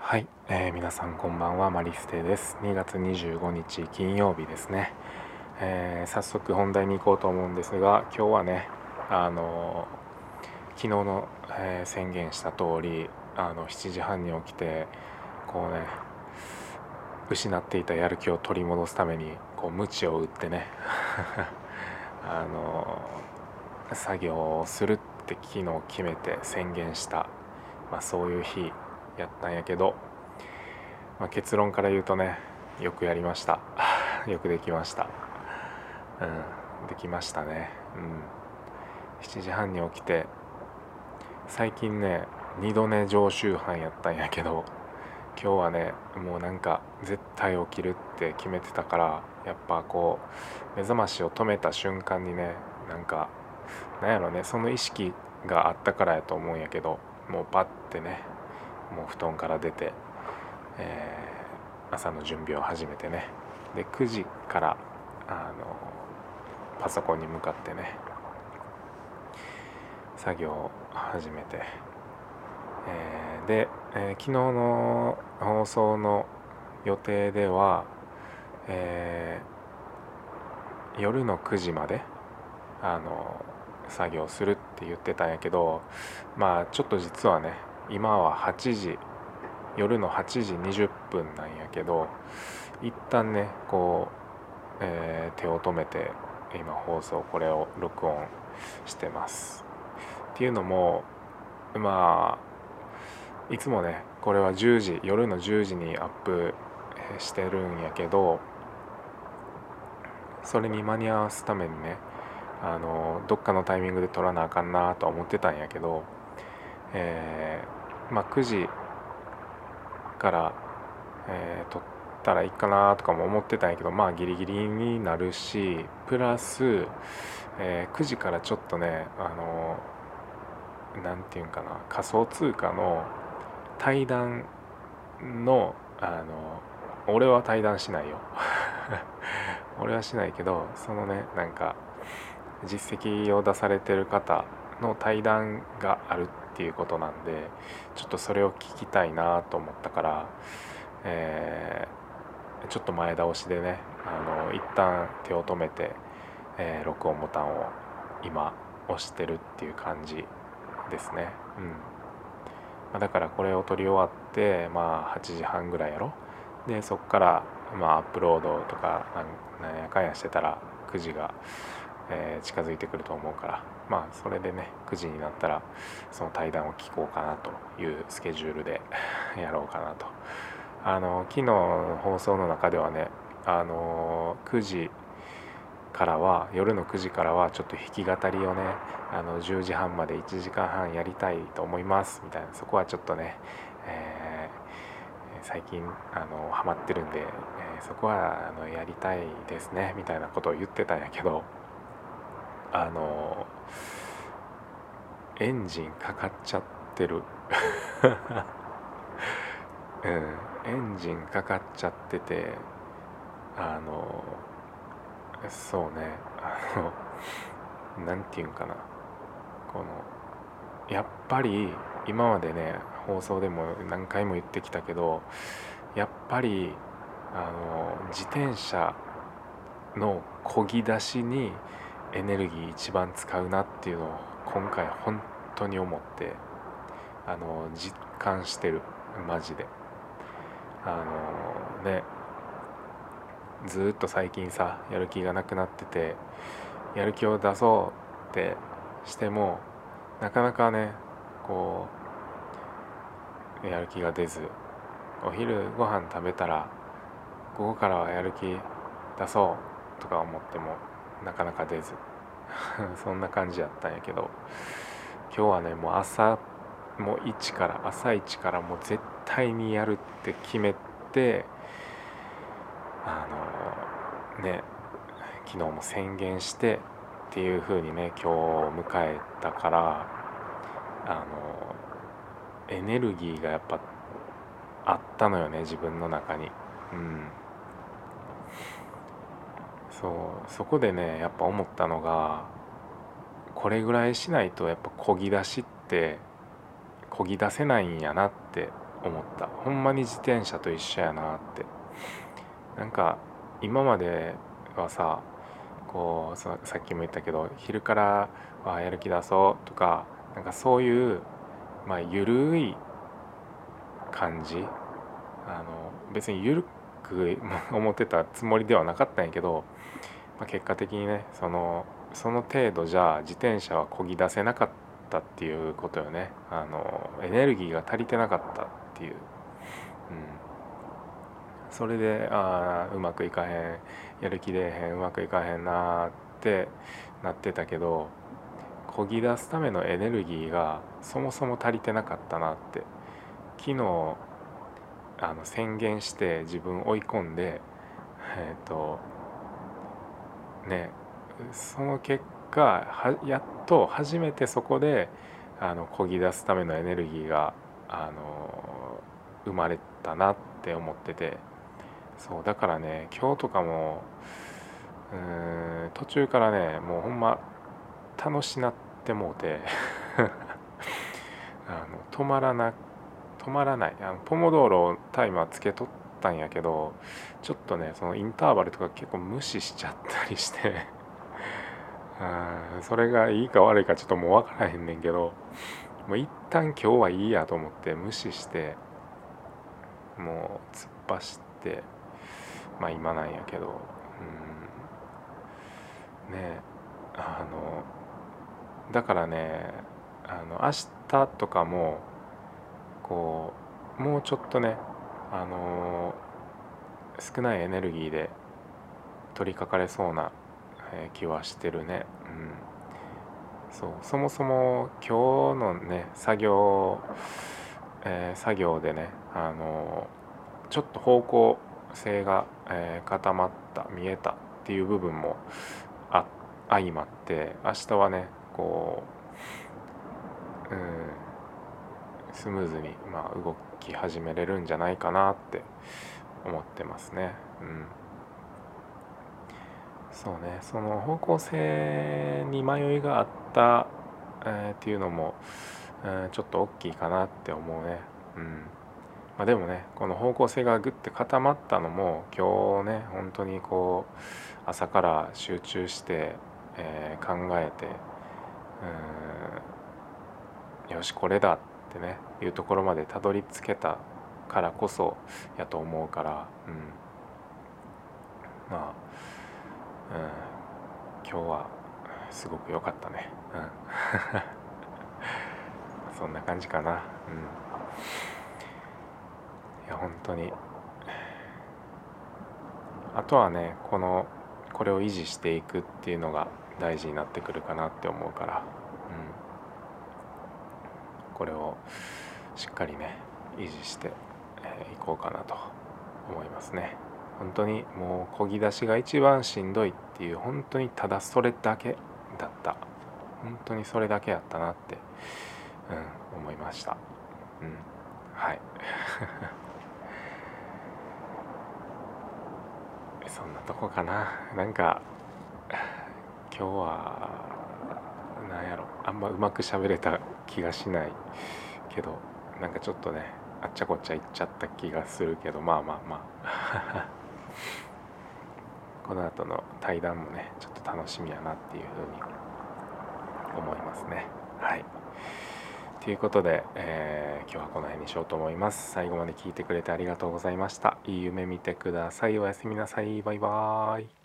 はい、皆さんこんばんは。マリステです。2月25日金曜日ですね。早速本題に行こうと思うんですが、今日はね、昨日の、宣言した通り7時半に起きてこうね、失っていたやる気を取り戻すために鞭を打ってねあの作業をするって昨日決めて宣言した、そういう日やったんやけど、結論から言うとね、よくやりましたよくできました。できましたね。7時半に起きて、最近ね2度寝常習犯やったんやけど、今日はねもうなんか絶対起きるって決めてたから、やっぱ目覚ましを止めた瞬間にね、なんやろね、その意識があったからやと思うんやけど、もうパッてね、もう布団から出て、朝の準備を始めてね、で9時からパソコンに向かってね作業を始めて、昨日の放送の予定では、夜の9時まで作業するって言ってたんやけど、ちょっと実はね、今は夜の8時20分なんやけど、一旦ね手を止めて今これを録音してます。っていうのも、いつもねこれは夜の10時にアップしてるんやけど、それに間に合わすためにね、どっかのタイミングで撮らなあかんなとは思ってたんやけど、9時から、撮ったらいいかなとかも思ってたんやけど、ギリギリになるし、プラス、9時からちょっとね、なんていうんかな、仮想通貨の対談の俺は対談しないよ俺はしないけど、そのね、実績を出されてる方の対談があるっていうことなんで、ちょっとそれを聞きたいなと思ったから、ちょっと前倒しでね、一旦手を止めて、録音ボタンを今押してるっていう感じですね。だからこれを撮り終わって、8時半ぐらいやろ。でそっからアップロードとかなんやかんやしてたら9時が、近づいてくると思うから、それでね9時になったらその対談を聞こうかなというスケジュールでやろうかなと。昨日の放送の中ではね、夜の9時からはちょっと弾き語りをね、10時半まで1時間半やりたいと思いますみたいな、そこはちょっとね、最近ハマってるんで、そこはやりたいですねみたいなことを言ってたんやけど、エンジンかかっちゃってるエンジンかかっちゃってて、そうね、なんていうんかな、やっぱり今までね放送でも何回も言ってきたけど、やっぱり自転車の漕ぎ出しにエネルギー一番使うなっていうのを今回本当に思って、実感してる。マジでね、ずっと最近さ、やる気がなくなってて、やる気を出そうってしてもなかなかね、やる気が出ず、お昼ご飯食べたら午後からはやる気出そうとか思ってもなかなか出ずそんな感じやったんやけど、今日はねもう朝一からもう絶対にやるって決めて、ね、昨日も宣言してっていう風にね今日を迎えたから、エネルギーがやっぱあったのよね、自分の中に。そこでねやっぱ思ったのが、これぐらいしないとやっぱ漕ぎ出せないんやなって思った。ほんまに自転車と一緒やなって。なんか今まではさ、こうさっきも言ったけど、昼からやる気出そうとか、なんかそういうゆるい感じ、別にゆるく思ってたつもりではなかったんやけど、結果的にね、その程度じゃ自転車は漕ぎ出せなかったっていうことよね。エネルギーが足りてなかったっていう、それでうまくいかへん、やる気出えへん、うまくいかへんなってなってたけど、漕ぎ出すためのエネルギーがそもそも足りてなかったなって。昨日宣言して自分追い込んで、ね、その結果やっと初めてそこで漕ぎ出すためのエネルギーが生まれたなって思ってて、そうだからね、今日とかも途中からね、もうほんま楽しなってもうて止まらない、ポモドーロタイマーつけとったんやけど、ちょっとねそのインターバルとか結構無視しちゃったりしてそれがいいか悪いかちょっともう分からへんねんけど、もう一旦今日はいいやと思って無視して、もう突っ走って、今なんやけど、ね、だからね、明日とかもこもうちょっとね、少ないエネルギーで取り掛かれそうな気はしてるね。そもそも今日のね作業でね、ちょっと方向性が、固まった見えたっていう部分も相まって、明日はねスムーズに、動き始めれるんじゃないかなって思ってますね。そうね、その方向性に迷いがあった、っていうのも、ちょっと大きいかなって思うね。でもね、この方向性がぐって固まったのも今日ね、本当に朝から集中して、考えて、よしこれだってねいうところまでたどり着けたからこそやと思うから、まあ、今日はすごく良かったね。そんな感じかな。いや本当に、あとはねこれを維持していくっていうのが大事になってくるかなって思うから、これをしっかりね維持していこうかなと思いますね。本当にもう漕ぎ出しが一番しんどいっていう、本当にただそれだけだった。本当にそれだけやったなって、思いました。はいそんなとこかな。なんか今日はなんやろ、あんまうまく喋れた気がしないけど、なんかちょっとねあっちゃこっちゃ言っちゃった気がするけど、まあこの後の対談もねちょっと楽しみやなっていうふうに思いますね。はいということで、今日はこの辺にしようと思います。最後まで聞いてくれてありがとうございました。いい夢見てください。おやすみなさい。バイバーイ。